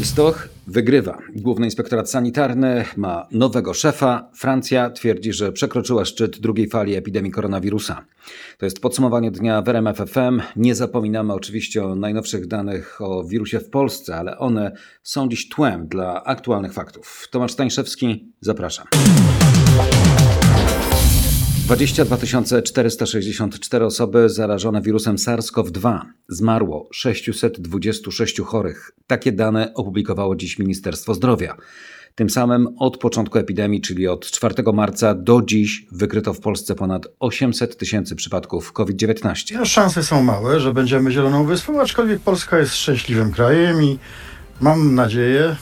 Stoch wygrywa. Główny Inspektorat Sanitarny ma nowego szefa. Francja twierdzi, że przekroczyła szczyt drugiej fali epidemii koronawirusa. To jest podsumowanie dnia w RMF FM. Nie zapominamy oczywiście o najnowszych danych o wirusie w Polsce, ale one są dziś tłem dla aktualnych faktów. Tomasz Stańszewski, zapraszam. 22 464 osoby zarażone wirusem SARS-CoV-2. Zmarło 626 chorych. Takie dane opublikowało dziś Ministerstwo Zdrowia. Tym samym od początku epidemii, czyli od 4 marca do dziś, wykryto w Polsce ponad 800 tysięcy przypadków COVID-19. Szanse są małe, że będziemy zieloną wyspą, aczkolwiek Polska jest szczęśliwym krajem i mam nadzieję,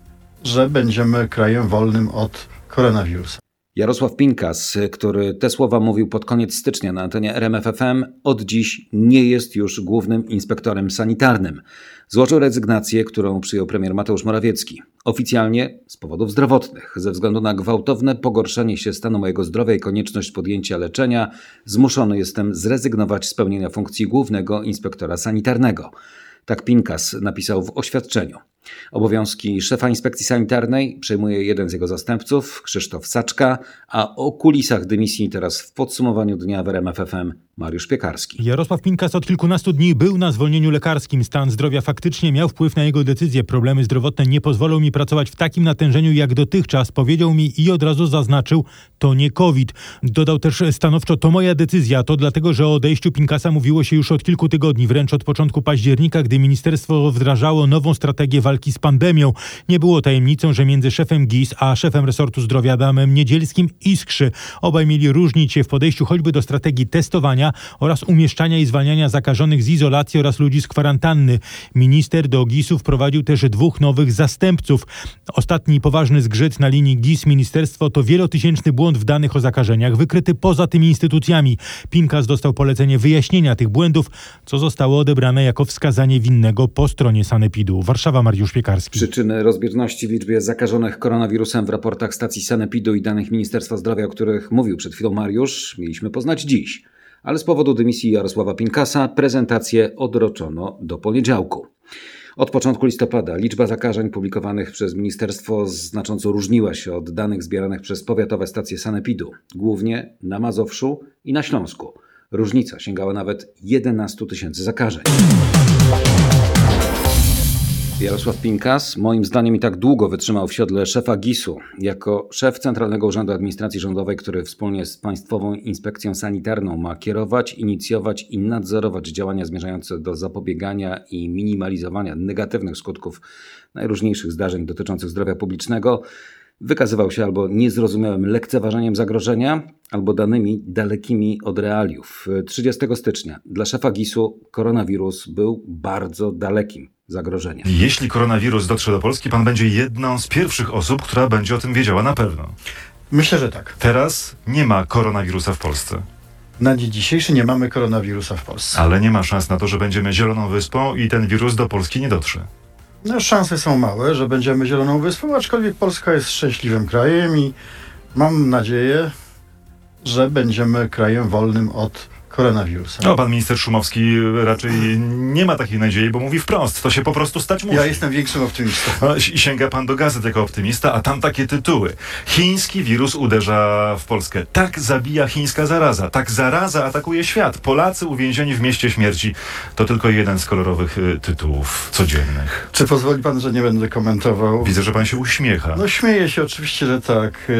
że będziemy krajem wolnym od koronawirusa. Jarosław Pinkas, który te słowa mówił pod koniec stycznia na antenie RMF FM, od dziś nie jest już głównym inspektorem sanitarnym. Złożył rezygnację, którą przyjął premier Mateusz Morawiecki. Oficjalnie z powodów zdrowotnych. Ze względu na gwałtowne pogorszenie się stanu mojego zdrowia i konieczność podjęcia leczenia, zmuszony jestem zrezygnować z pełnienia funkcji głównego inspektora sanitarnego. Tak Pinkas napisał w oświadczeniu. Obowiązki szefa inspekcji sanitarnej przejmuje jeden z jego zastępców, Krzysztof Saczka, a o kulisach dymisji teraz w podsumowaniu dnia w RMF FM Mariusz Piekarski. Jarosław Pinkas od kilkunastu dni był na zwolnieniu lekarskim. Stan zdrowia faktycznie miał wpływ na jego decyzje. Problemy zdrowotne nie pozwolą mi pracować w takim natężeniu jak dotychczas. Powiedział mi i od razu zaznaczył, to nie COVID. Dodał też stanowczo, to moja decyzja. To dlatego, że o odejściu Pinkasa mówiło się już od kilku tygodni, wręcz od początku października, gdy ministerstwo wdrażało nową strategię walki z pandemią. Nie było tajemnicą, że między szefem GIS a szefem resortu zdrowia Adamem Niedzielskim iskrzy. Obaj mieli różnić się w podejściu choćby do strategii testowania oraz umieszczania i zwalniania zakażonych z izolacji oraz ludzi z kwarantanny. Minister do GIS-u wprowadził też dwóch nowych zastępców. Ostatni poważny zgrzyt na linii GIS-ministerstwo to wielotysięczny błąd w danych o zakażeniach wykryty poza tymi instytucjami. Pinkas dostał polecenie wyjaśnienia tych błędów, co zostało odebrane jako wskazanie winnego po stronie sanepidu. Warszawa, Mariusz Piekarski. Przyczyny rozbieżności w liczbie zakażonych koronawirusem w raportach stacji sanepidu i danych Ministerstwa Zdrowia, o których mówił przed chwilą Mariusz, mieliśmy poznać dziś. Ale z powodu dymisji Jarosława Pinkasa prezentację odroczono do poniedziałku. Od początku listopada liczba zakażeń publikowanych przez ministerstwo znacząco różniła się od danych zbieranych przez powiatowe stacje sanepidu, głównie na Mazowszu i na Śląsku. Różnica sięgała nawet 11 tysięcy zakażeń. Jarosław Pinkas moim zdaniem i tak długo wytrzymał w siodle szefa GIS-u. Jako szef Centralnego Urzędu Administracji Rządowej, który wspólnie z Państwową Inspekcją Sanitarną ma kierować, inicjować i nadzorować działania zmierzające do zapobiegania i minimalizowania negatywnych skutków najróżniejszych zdarzeń dotyczących zdrowia publicznego, wykazywał się albo niezrozumiałym lekceważeniem zagrożenia, albo danymi dalekimi od realiów. 30 stycznia dla szefa GIS-u koronawirus był bardzo dalekim zagrożeniem. Jeśli koronawirus dotrze do Polski, pan będzie jedną z pierwszych osób, która będzie o tym wiedziała na pewno. Myślę, że tak. Teraz nie ma koronawirusa w Polsce. Na dzień dzisiejszy nie mamy koronawirusa w Polsce. Ale nie ma szans na to, że będziemy zieloną wyspą i ten wirus do Polski nie dotrze. Szanse są małe, że będziemy zieloną wyspą, aczkolwiek Polska jest szczęśliwym krajem i mam nadzieję, że będziemy krajem wolnym od koronawirusa. No, pan minister Szumowski raczej nie ma takiej nadziei, bo mówi wprost, to się po prostu stać musi. Ja jestem większym optymistą. No, i sięga pan do gazet jako optymista, a tam takie tytuły. Chiński wirus uderza w Polskę. Tak zabija chińska zaraza. Tak zaraza atakuje świat. Polacy uwięzieni w mieście śmierci. To tylko jeden z kolorowych tytułów codziennych. Czy pozwoli pan, że nie będę komentował? Widzę, że pan się uśmiecha. No śmieję się oczywiście, że tak.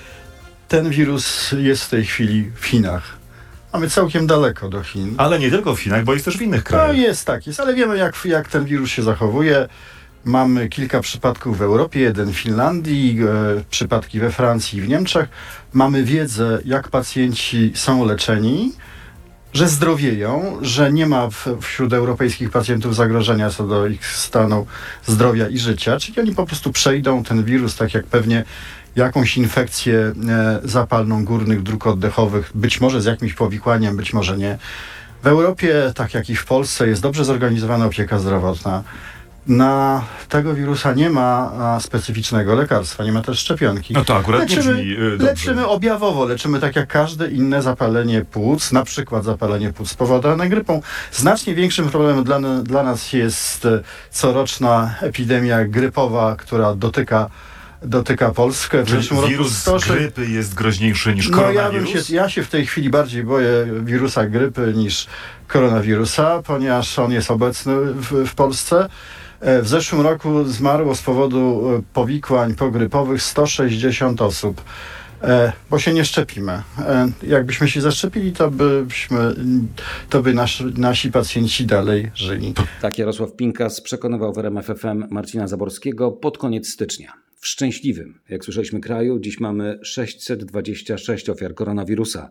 Ten wirus jest w tej chwili w Chinach. Mamy całkiem daleko do Chin. Ale nie tylko w Chinach, bo jest też w innych krajach. No jest, ale wiemy jak ten wirus się zachowuje. Mamy kilka przypadków w Europie, jeden w Finlandii, przypadki we Francji i w Niemczech. Mamy wiedzę, jak pacjenci są leczeni, że zdrowieją, że nie ma wśród europejskich pacjentów zagrożenia co do ich stanu zdrowia i życia. Czyli oni po prostu przejdą ten wirus, tak jak pewnie jakąś infekcję zapalną górnych dróg oddechowych, być może z jakimś powikłaniem, być może nie. W Europie, tak jak i w Polsce, jest dobrze zorganizowana opieka zdrowotna. Na tego wirusa nie ma specyficznego lekarstwa, nie ma też szczepionki. No to akurat nie brzmi dobrze. Leczymy objawowo, leczymy tak jak każde inne zapalenie płuc, na przykład zapalenie płuc spowodowane grypą. Znacznie większym problemem dla nas jest coroczna epidemia grypowa, która dotyka Polskę. W zeszłym roku wirus grypy jest groźniejszy niż koronawirus? Ja się w tej chwili bardziej boję wirusa grypy niż koronawirusa, ponieważ on jest obecny w Polsce. W zeszłym roku zmarło z powodu powikłań pogrypowych 160 osób, bo się nie szczepimy. Jakbyśmy się zaszczepili, to by nasi pacjenci dalej żyli. Tak Jarosław Pinkas przekonywał w RMF FM Marcina Zaborskiego pod koniec stycznia. W szczęśliwym, jak słyszeliśmy, kraju dziś mamy 626 ofiar koronawirusa.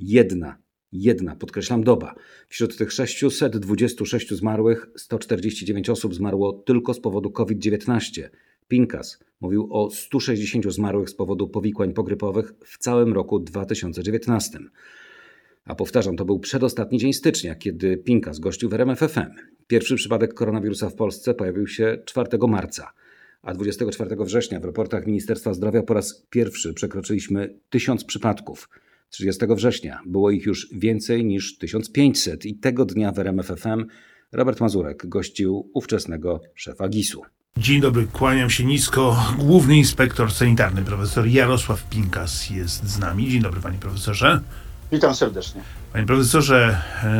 Jedna, podkreślam, doba. Wśród tych 626 zmarłych 149 osób zmarło tylko z powodu COVID-19. Pinkas mówił o 160 zmarłych z powodu powikłań pogrypowych w całym roku 2019. A powtarzam, to był przedostatni dzień stycznia, kiedy Pinkas gościł w RMF FM. Pierwszy przypadek koronawirusa w Polsce pojawił się 4 marca. A 24 września w raportach Ministerstwa Zdrowia po raz pierwszy przekroczyliśmy 1000 przypadków. 30 września było ich już więcej niż 1500 i tego dnia w RMF FM Robert Mazurek gościł ówczesnego szefa GIS-u. Dzień dobry, kłaniam się nisko. Główny inspektor sanitarny, profesor Jarosław Pinkas jest z nami. Dzień dobry, panie profesorze. Witam serdecznie. Panie profesorze,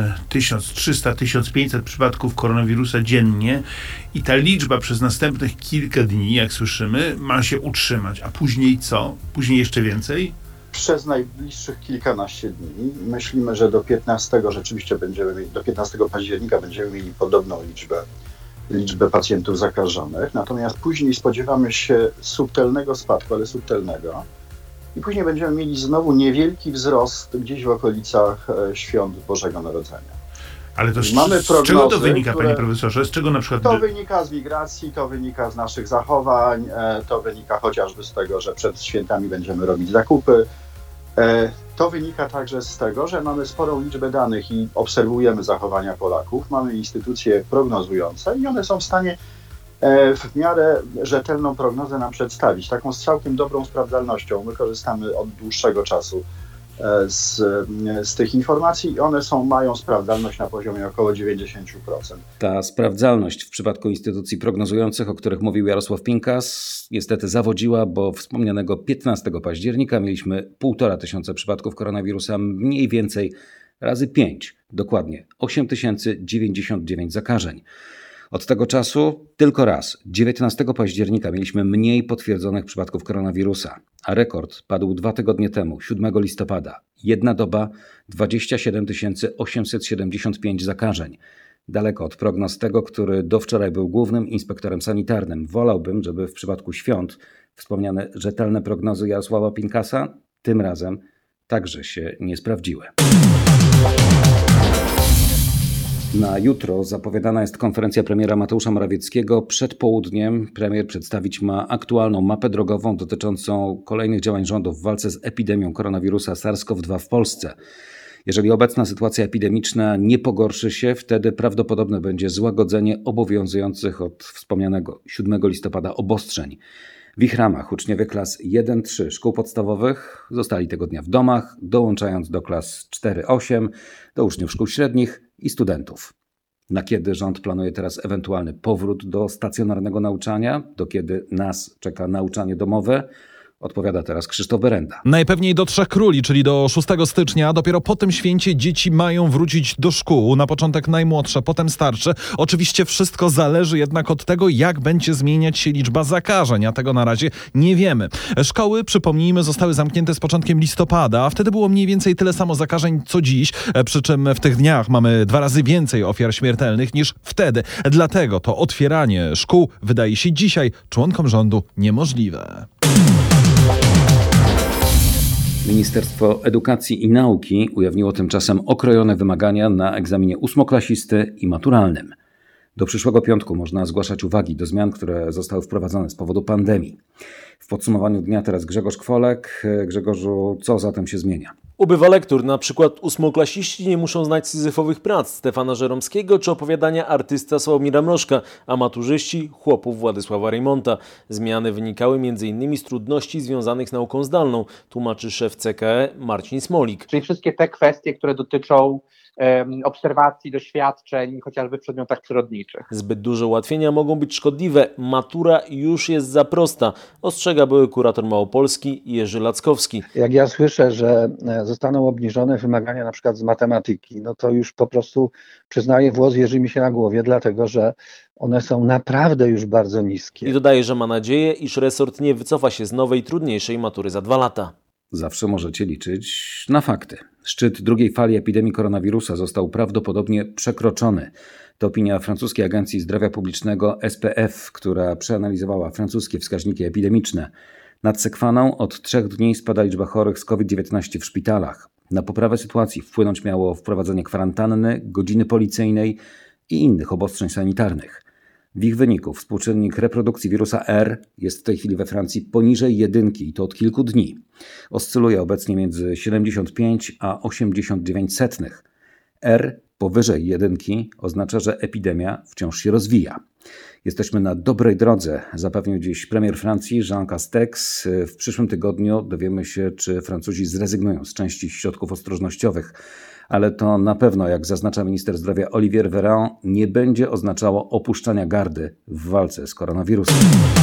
1300-1500 przypadków koronawirusa dziennie i ta liczba przez następnych kilka dni, jak słyszymy, ma się utrzymać. A później co? Później jeszcze więcej? Przez najbliższych kilkanaście dni myślimy, że do 15 rzeczywiście do 15 października będziemy mieli podobną liczbę pacjentów zakażonych, natomiast później spodziewamy się subtelnego spadku, ale subtelnego. I później będziemy mieli znowu niewielki wzrost gdzieś w okolicach świąt Bożego Narodzenia. Ale to Mamy z czego to wynika, panie profesorze? Z czego na przykład... To wynika z migracji, to wynika z naszych zachowań, to wynika chociażby z tego, że przed świętami będziemy robić zakupy. To wynika także z tego, że mamy sporą liczbę danych i obserwujemy zachowania Polaków. Mamy instytucje prognozujące i one są w stanie w miarę rzetelną prognozę nam przedstawić. Taką z całkiem dobrą sprawdzalnością. My korzystamy od dłuższego czasu z tych informacji i one mają sprawdzalność na poziomie około 90%. Ta sprawdzalność w przypadku instytucji prognozujących, o których mówił Jarosław Pinkas, niestety zawodziła, bo wspomnianego 15 października mieliśmy 1500 przypadków koronawirusa, mniej więcej razy 5, dokładnie 8099 zakażeń. Od tego czasu tylko raz, 19 października, mieliśmy mniej potwierdzonych przypadków koronawirusa, a rekord padł 2 tygodnie temu, 7 listopada. Jedna doba, 27 875 zakażeń. Daleko od prognoz tego, który do wczoraj był głównym inspektorem sanitarnym. Wolałbym, żeby w przypadku świąt wspomniane rzetelne prognozy Jarosława Pinkasa tym razem także się nie sprawdziły. Na jutro zapowiadana jest konferencja premiera Mateusza Morawieckiego. Przed południem premier przedstawić ma aktualną mapę drogową dotyczącą kolejnych działań rządu w walce z epidemią koronawirusa SARS-CoV-2 w Polsce. Jeżeli obecna sytuacja epidemiczna nie pogorszy się, wtedy prawdopodobne będzie złagodzenie obowiązujących od wspomnianego 7 listopada obostrzeń. W ich ramach uczniowie klas 1-3 szkół podstawowych zostali tego dnia w domach, dołączając do klas 4-8, do uczniów szkół średnich i studentów. Na kiedy rząd planuje teraz ewentualny powrót do stacjonarnego nauczania? Do kiedy nas czeka nauczanie domowe? Odpowiada teraz Krzysztof Berenda. Najpewniej do Trzech Króli, czyli do 6 stycznia. Dopiero po tym święcie dzieci mają wrócić do szkół. Na początek najmłodsze, potem starsze. Oczywiście wszystko zależy jednak od tego, jak będzie zmieniać się liczba zakażeń, a tego na razie nie wiemy. Szkoły, przypomnijmy, zostały zamknięte z początkiem listopada, a wtedy było mniej więcej tyle samo zakażeń co dziś, przy czym w tych dniach mamy 2 razy więcej ofiar śmiertelnych niż wtedy. Dlatego to otwieranie szkół wydaje się dzisiaj członkom rządu niemożliwe. Ministerstwo Edukacji i Nauki ujawniło tymczasem okrojone wymagania na egzaminie ósmoklasisty i maturalnym. Do przyszłego piątku można zgłaszać uwagi do zmian, które zostały wprowadzone z powodu pandemii. W podsumowaniu dnia teraz Grzegorz Kwolek. Grzegorzu, co zatem się zmienia? Ubywa lektur, na przykład ósmoklasiści nie muszą znać syzyfowych prac Stefana Żeromskiego czy opowiadania artysta Sławomira Mrożka, a maturzyści chłopów Władysława Reymonta. Zmiany wynikały m.in. z trudności związanych z nauką zdalną, tłumaczy szef CKE Marcin Smolik. Czyli wszystkie te kwestie, które dotyczą obserwacji, doświadczeń, chociażby w przedmiotach przyrodniczych. Zbyt duże ułatwienia mogą być szkodliwe. Matura już jest za prosta, ostrzega były kurator Małopolski Jerzy Lackowski. Jak ja słyszę, że zostaną obniżone wymagania na przykład z matematyki, no to już po prostu przyznaję, włos jeży mi się na głowie, dlatego że one są naprawdę już bardzo niskie. I dodaje, że ma nadzieję, iż resort nie wycofa się z nowej, trudniejszej matury za 2 lata. Zawsze możecie liczyć na fakty. Szczyt drugiej fali epidemii koronawirusa został prawdopodobnie przekroczony. To opinia francuskiej Agencji Zdrowia Publicznego SPF, która przeanalizowała francuskie wskaźniki epidemiczne. Nad Sekwaną od 3 dni spada liczba chorych z COVID-19 w szpitalach. Na poprawę sytuacji wpłynąć miało wprowadzenie kwarantanny, godziny policyjnej i innych obostrzeń sanitarnych. W ich wyniku współczynnik reprodukcji wirusa R jest w tej chwili we Francji poniżej 1 i to od kilku dni. Oscyluje obecnie między 75 a 89. R powyżej 1 oznacza, że epidemia wciąż się rozwija. Jesteśmy na dobrej drodze, zapewnił dziś premier Francji Jean Castex. W przyszłym tygodniu dowiemy się, czy Francuzi zrezygnują z części środków ostrożnościowych. Ale to na pewno, jak zaznacza minister zdrowia Olivier Véran, nie będzie oznaczało opuszczania gardy w walce z koronawirusem.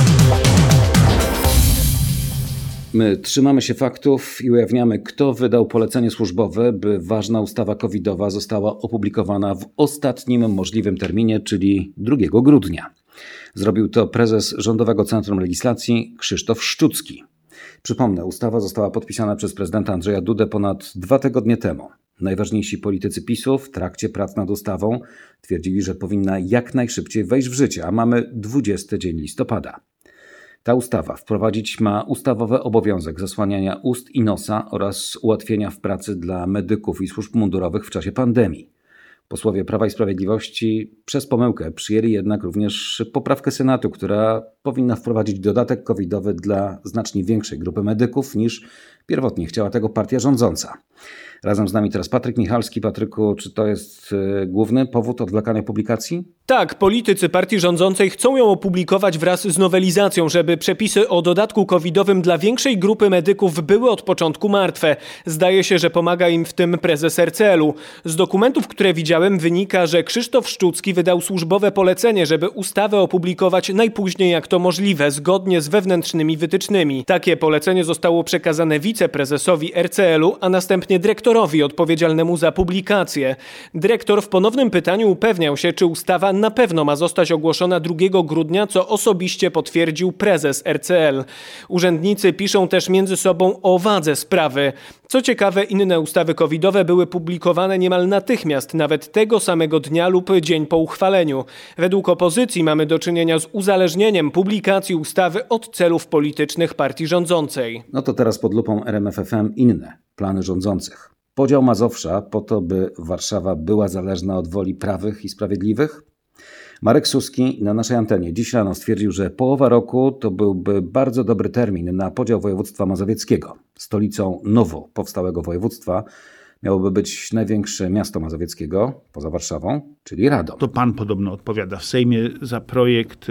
My trzymamy się faktów i ujawniamy, kto wydał polecenie służbowe, by ważna ustawa covidowa została opublikowana w ostatnim możliwym terminie, czyli 2 grudnia. Zrobił to prezes Rządowego Centrum Legislacji Krzysztof Szczucki. Przypomnę, ustawa została podpisana przez prezydenta Andrzeja Dudę ponad 2 tygodnie temu. Najważniejsi politycy PiS-u w trakcie prac nad ustawą twierdzili, że powinna jak najszybciej wejść w życie, a mamy 20 dzień listopada. Ta ustawa wprowadzić ma ustawowy obowiązek zasłaniania ust i nosa oraz ułatwienia w pracy dla medyków i służb mundurowych w czasie pandemii. Posłowie Prawa i Sprawiedliwości przez pomyłkę przyjęli jednak również poprawkę Senatu, która powinna wprowadzić dodatek covidowy dla znacznie większej grupy medyków niż pierwotnie chciała tego partia rządząca. Razem z nami teraz Patryk Michalski. Patryku, czy to jest główny powód odwlekania publikacji? Tak, politycy partii rządzącej chcą ją opublikować wraz z nowelizacją, żeby przepisy o dodatku covidowym dla większej grupy medyków były od początku martwe. Zdaje się, że pomaga im w tym prezes RCL-u. Z dokumentów, które widziałem, wynika, że Krzysztof Szczucki wydał służbowe polecenie, żeby ustawę opublikować najpóźniej jak to możliwe, zgodnie z wewnętrznymi wytycznymi. Takie polecenie zostało przekazane wiceprezesowi RCL-u, a następnie dyrektorowi odpowiedzialnemu za publikację. Dyrektor w ponownym pytaniu upewniał się, czy ustawa na pewno ma zostać ogłoszona 2 grudnia, co osobiście potwierdził prezes RCL. Urzędnicy piszą też między sobą o wadze sprawy. Co ciekawe, inne ustawy covidowe były publikowane niemal natychmiast, nawet tego samego dnia lub dzień po uchwaleniu. Według opozycji mamy do czynienia z uzależnieniem publikacji ustawy od celów politycznych partii rządzącej. No to teraz pod lupą RMFFM inne plany rządzących. Podział Mazowsza po to, by Warszawa była zależna od woli prawych i sprawiedliwych? Marek Suski na naszej antenie dziś rano stwierdził, że połowa roku to byłby bardzo dobry termin na podział województwa mazowieckiego. Stolicą nowo powstałego województwa miałoby być największe miasto mazowieckiego, poza Warszawą, czyli Radom. To pan podobno odpowiada w Sejmie za projekt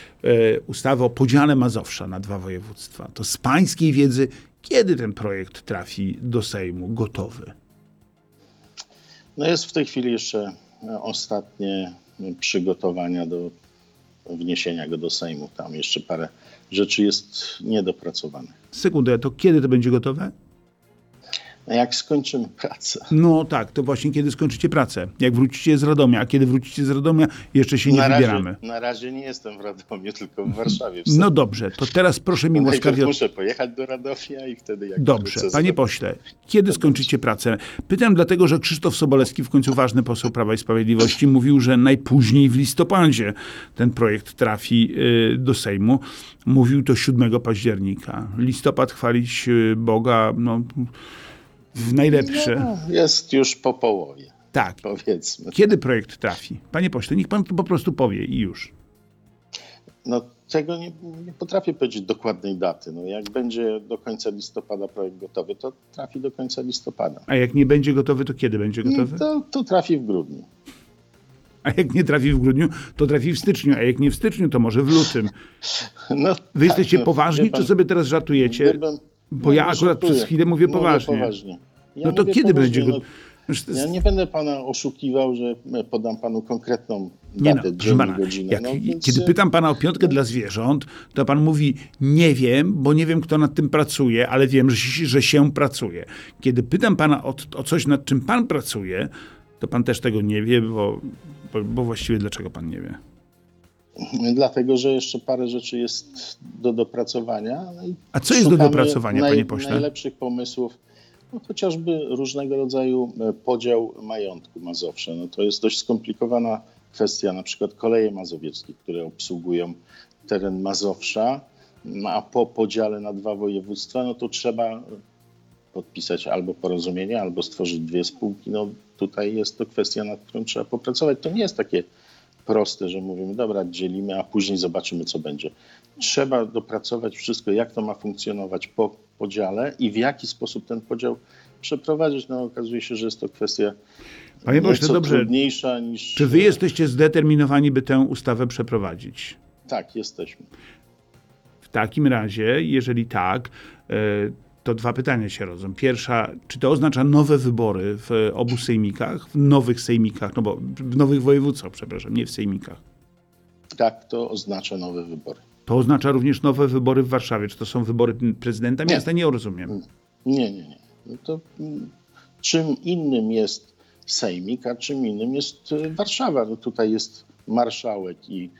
ustawy o podziale Mazowsza na 2 województwa. To z pańskiej wiedzy, kiedy ten projekt trafi do Sejmu gotowy? No jest w tej chwili jeszcze ostatnie przygotowania do wniesienia go do Sejmu. Tam jeszcze parę rzeczy jest niedopracowanych. Sekundę, to kiedy to będzie gotowe? No jak skończymy pracę. No tak, to właśnie kiedy skończycie pracę. Jak wrócicie z Radomia, a kiedy wrócicie z Radomia, jeszcze się nie wybieramy. Na razie nie jestem w Radomiu, tylko w Warszawie. No dobrze, to teraz proszę mi łaskawie... Muszę pojechać do Radomia i wtedy jak... Dobrze, panie pośle, kiedy skończycie pracę? Pytam dlatego, że Krzysztof Sobolewski, w końcu ważny poseł Prawa i Sprawiedliwości, mówił, że najpóźniej w listopadzie ten projekt trafi do Sejmu. Mówił to 7 października. Listopad, chwalić Boga, no... w najlepsze. No, jest już po połowie. Tak. Powiedzmy. Kiedy projekt trafi? Panie pośle, niech pan to po prostu powie i już. No tego nie potrafię powiedzieć dokładnej daty. No, jak będzie do końca listopada projekt gotowy, to trafi do końca listopada. A jak nie będzie gotowy, to kiedy będzie gotowy? To trafi w grudniu. A jak nie trafi w grudniu, to trafi w styczniu, a jak nie w styczniu, to może w lutym. No, Wy jesteście poważni, czy sobie teraz żartujecie? Bo ja akurat żartuję. przez chwilę mówię poważnie. Ja no to mówię kiedy poważnie, będzie go... Ja nie będę pana oszukiwał, że podam panu konkretną Nie datę, no, proszę dzień pana, i godzinę. kiedy pytam pana o piątkę dla zwierząt, to pan mówi nie wiem, bo nie wiem, kto nad tym pracuje, ale wiem, że się pracuje. Kiedy pytam pana o coś, nad czym pan pracuje, to pan też tego nie wie, bo właściwie dlaczego pan nie wie? Dlatego, że jeszcze parę rzeczy jest do dopracowania. A co jest do dopracowania, panie pośle? Najlepszych pomysłów, no chociażby różnego rodzaju podział majątku Mazowsza. No to jest dość skomplikowana kwestia, na przykład Koleje Mazowieckie, które obsługują teren Mazowsza, a po podziale na 2 województwa, no to trzeba podpisać albo porozumienie, albo stworzyć 2 spółki. No tutaj jest to kwestia, nad którą trzeba popracować. To nie jest takie proste, że mówimy, dobra, dzielimy, a później zobaczymy, co będzie. Trzeba dopracować wszystko, jak to ma funkcjonować po podziale i w jaki sposób ten podział przeprowadzić. No okazuje się, że jest to kwestia Panie pośle, dobrze. trudniejsza niż... Czy wy jesteście zdeterminowani, by tę ustawę przeprowadzić? Tak, jesteśmy. W takim razie, jeżeli tak, to 2 pytania się rodzą. Pierwsza, czy to oznacza nowe wybory w obu sejmikach, w nowych sejmikach, no bo w nowych województwach, przepraszam, nie w sejmikach? Tak, to oznacza nowe wybory. To oznacza również nowe wybory w Warszawie. Czy to są wybory prezydenta miasta? Nie rozumiem. Nie. No to czym innym jest sejmik, a czym innym jest Warszawa. No tutaj jest marszałek i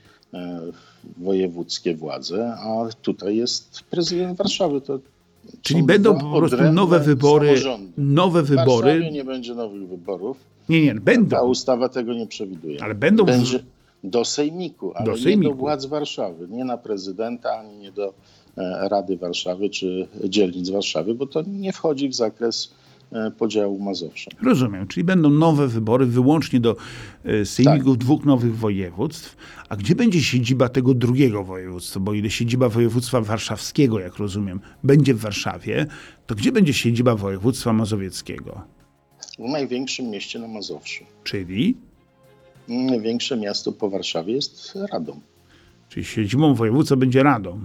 wojewódzkie władze, a tutaj jest prezydent Warszawy. Czyli będą po prostu nowe wybory. Nowe wybory. W Warszawie nie będzie nowych wyborów. Nie, będą. Ta ustawa tego nie przewiduje. Ale będą. Będzie do sejmiku, ale nie do władz Warszawy. Nie na prezydenta, ani nie do Rady Warszawy czy dzielnic Warszawy, bo to nie wchodzi w zakres podziału Mazowsza. Rozumiem, czyli będą nowe wybory wyłącznie do sejmików 2 nowych województw. A gdzie będzie siedziba tego drugiego województwa? Bo ile siedziba województwa warszawskiego, jak rozumiem, będzie w Warszawie, to gdzie będzie siedziba województwa mazowieckiego? W największym mieście na Mazowszu. Czyli? Największe miasto po Warszawie jest Radom. Czyli siedzibą województwa będzie Radom.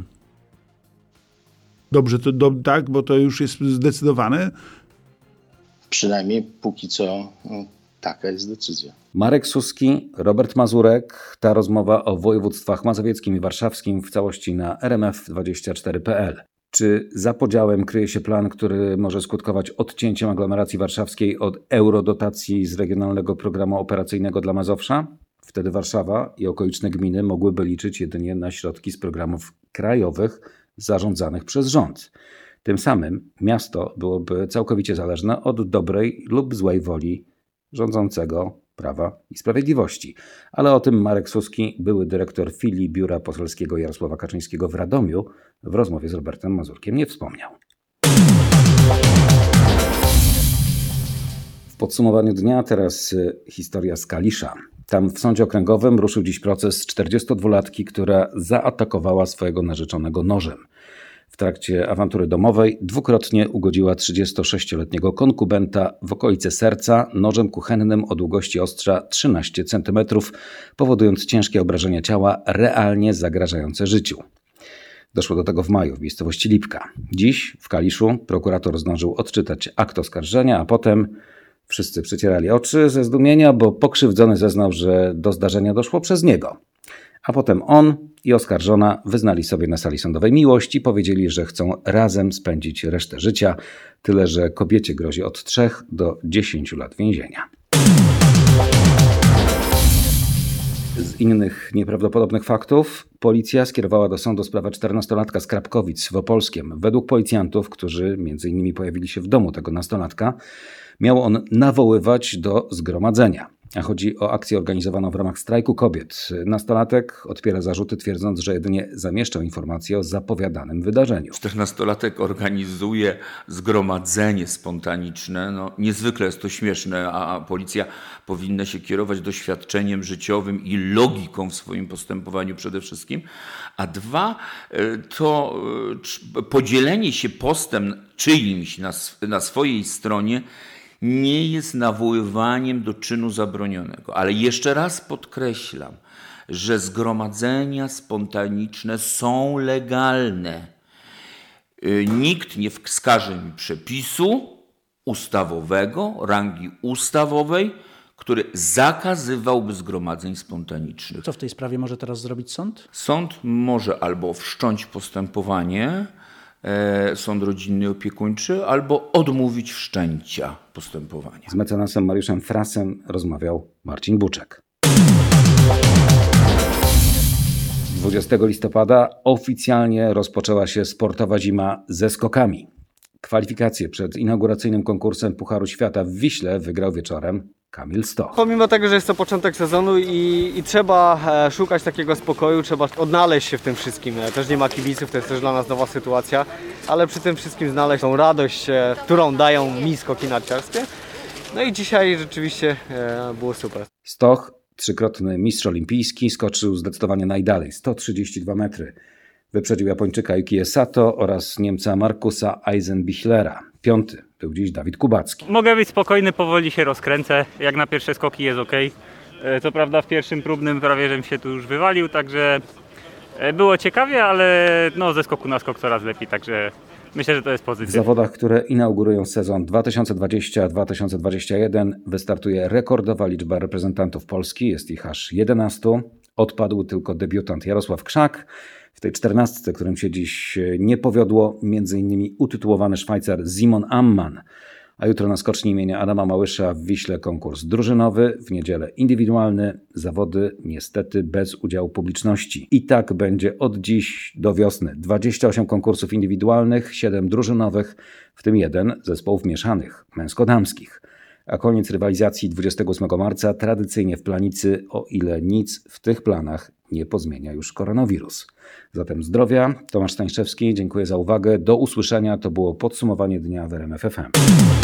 Dobrze, tak, bo to już jest zdecydowane? Przynajmniej póki co taka jest decyzja. Marek Suski, Robert Mazurek. Ta rozmowa o województwach mazowieckim i warszawskim w całości na rmf24.pl. Czy za podziałem kryje się plan, który może skutkować odcięciem aglomeracji warszawskiej od eurodotacji z Regionalnego Programu Operacyjnego dla Mazowsza? Wtedy Warszawa i okoliczne gminy mogłyby liczyć jedynie na środki z programów krajowych zarządzanych przez rząd. Tym samym miasto byłoby całkowicie zależne od dobrej lub złej woli rządzącego Prawa i Sprawiedliwości. Ale o tym Marek Suski, były dyrektor filii Biura Poselskiego Jarosława Kaczyńskiego w Radomiu, w rozmowie z Robertem Mazurkiem nie wspomniał. W podsumowaniu dnia teraz historia z Kalisza. Tam w sądzie okręgowym ruszył dziś proces 42-latki, która zaatakowała swojego narzeczonego nożem. W trakcie awantury domowej 2-krotnie ugodziła 36-letniego konkubenta w okolice serca nożem kuchennym o długości ostrza 13 cm, powodując ciężkie obrażenia ciała realnie zagrażające życiu. Doszło do tego w maju w miejscowości Lipka. Dziś w Kaliszu prokurator zdążył odczytać akt oskarżenia, a potem wszyscy przecierali oczy ze zdumienia, bo pokrzywdzony zeznał, że do zdarzenia doszło przez niego. A potem on i oskarżona wyznali sobie na sali sądowej miłość i powiedzieli, że chcą razem spędzić resztę życia, tyle że kobiecie grozi od 3 do 10 lat więzienia. Z innych nieprawdopodobnych faktów policja skierowała do sądu sprawę 14-latka z Krapkowic w Opolskiem. Według policjantów, którzy m.in. pojawili się w domu tego nastolatka, miał on nawoływać do zgromadzenia. A chodzi o akcję organizowaną w ramach strajku kobiet. Nastolatek odpiera zarzuty, twierdząc, że jedynie zamieszczał informacje o zapowiadanym wydarzeniu. 14-latek organizuje zgromadzenie spontaniczne. Niezwykle jest to śmieszne, a policja powinna się kierować doświadczeniem życiowym i logiką w swoim postępowaniu przede wszystkim. A dwa, to podzielenie się postem czyimś na swojej stronie nie jest nawoływaniem do czynu zabronionego. Ale jeszcze raz podkreślam, że zgromadzenia spontaniczne są legalne. Nikt nie wskaże mi przepisu ustawowego, rangi ustawowej, który zakazywałby zgromadzeń spontanicznych. Co w tej sprawie może teraz zrobić sąd? Sąd może albo wszcząć postępowanie, sąd rodzinny i opiekuńczy, albo odmówić wszczęcia postępowania. Z mecenasem Mariuszem Frasem rozmawiał Marcin Buczek. 20 listopada oficjalnie rozpoczęła się sportowa zima ze skokami. Kwalifikacje przed inauguracyjnym konkursem Pucharu Świata w Wiśle wygrał wieczorem Kamil Stoch. Pomimo tego, że jest to początek sezonu i trzeba szukać takiego spokoju, trzeba odnaleźć się w tym wszystkim. Też nie ma kibiców, to jest też dla nas nowa sytuacja, ale przy tym wszystkim znaleźć tą radość, którą dają mi skoki narciarskie. No i dzisiaj rzeczywiście było super. Stoch, trzykrotny mistrz olimpijski, skoczył zdecydowanie najdalej, 132 metry. Wyprzedził Japończyka Yukie Sato oraz Niemca Markusa Eisenbichlera. Piąty był dziś Dawid Kubacki. Mogę być spokojny, powoli się rozkręcę. Jak na pierwsze skoki jest ok. Co prawda w pierwszym próbnym prawie żem się tu już wywalił, także było ciekawie, ale ze skoku na skok coraz lepiej, także myślę, że to jest pozytyw. W zawodach, które inaugurują sezon 2020-2021 wystartuje rekordowa liczba reprezentantów Polski, jest ich aż 11. Odpadł tylko debiutant Jarosław Krzak. W tej 14, którym się dziś nie powiodło, m.in. utytułowany Szwajcar Simon Amman. A jutro na skoczni imienia Adama Małysza w Wiśle konkurs drużynowy, w niedzielę indywidualny, zawody niestety bez udziału publiczności. I tak będzie od dziś do wiosny. 28 konkursów indywidualnych, 7 drużynowych, w tym 1 zespołów mieszanych, męsko-damskich. A koniec rywalizacji 28 marca tradycyjnie w Planicy, o ile nic w tych planach nie pozmienia już koronawirus. Zatem zdrowia, Tomasz Stańszewski, dziękuję za uwagę. Do usłyszenia, to było podsumowanie dnia w RMF FM.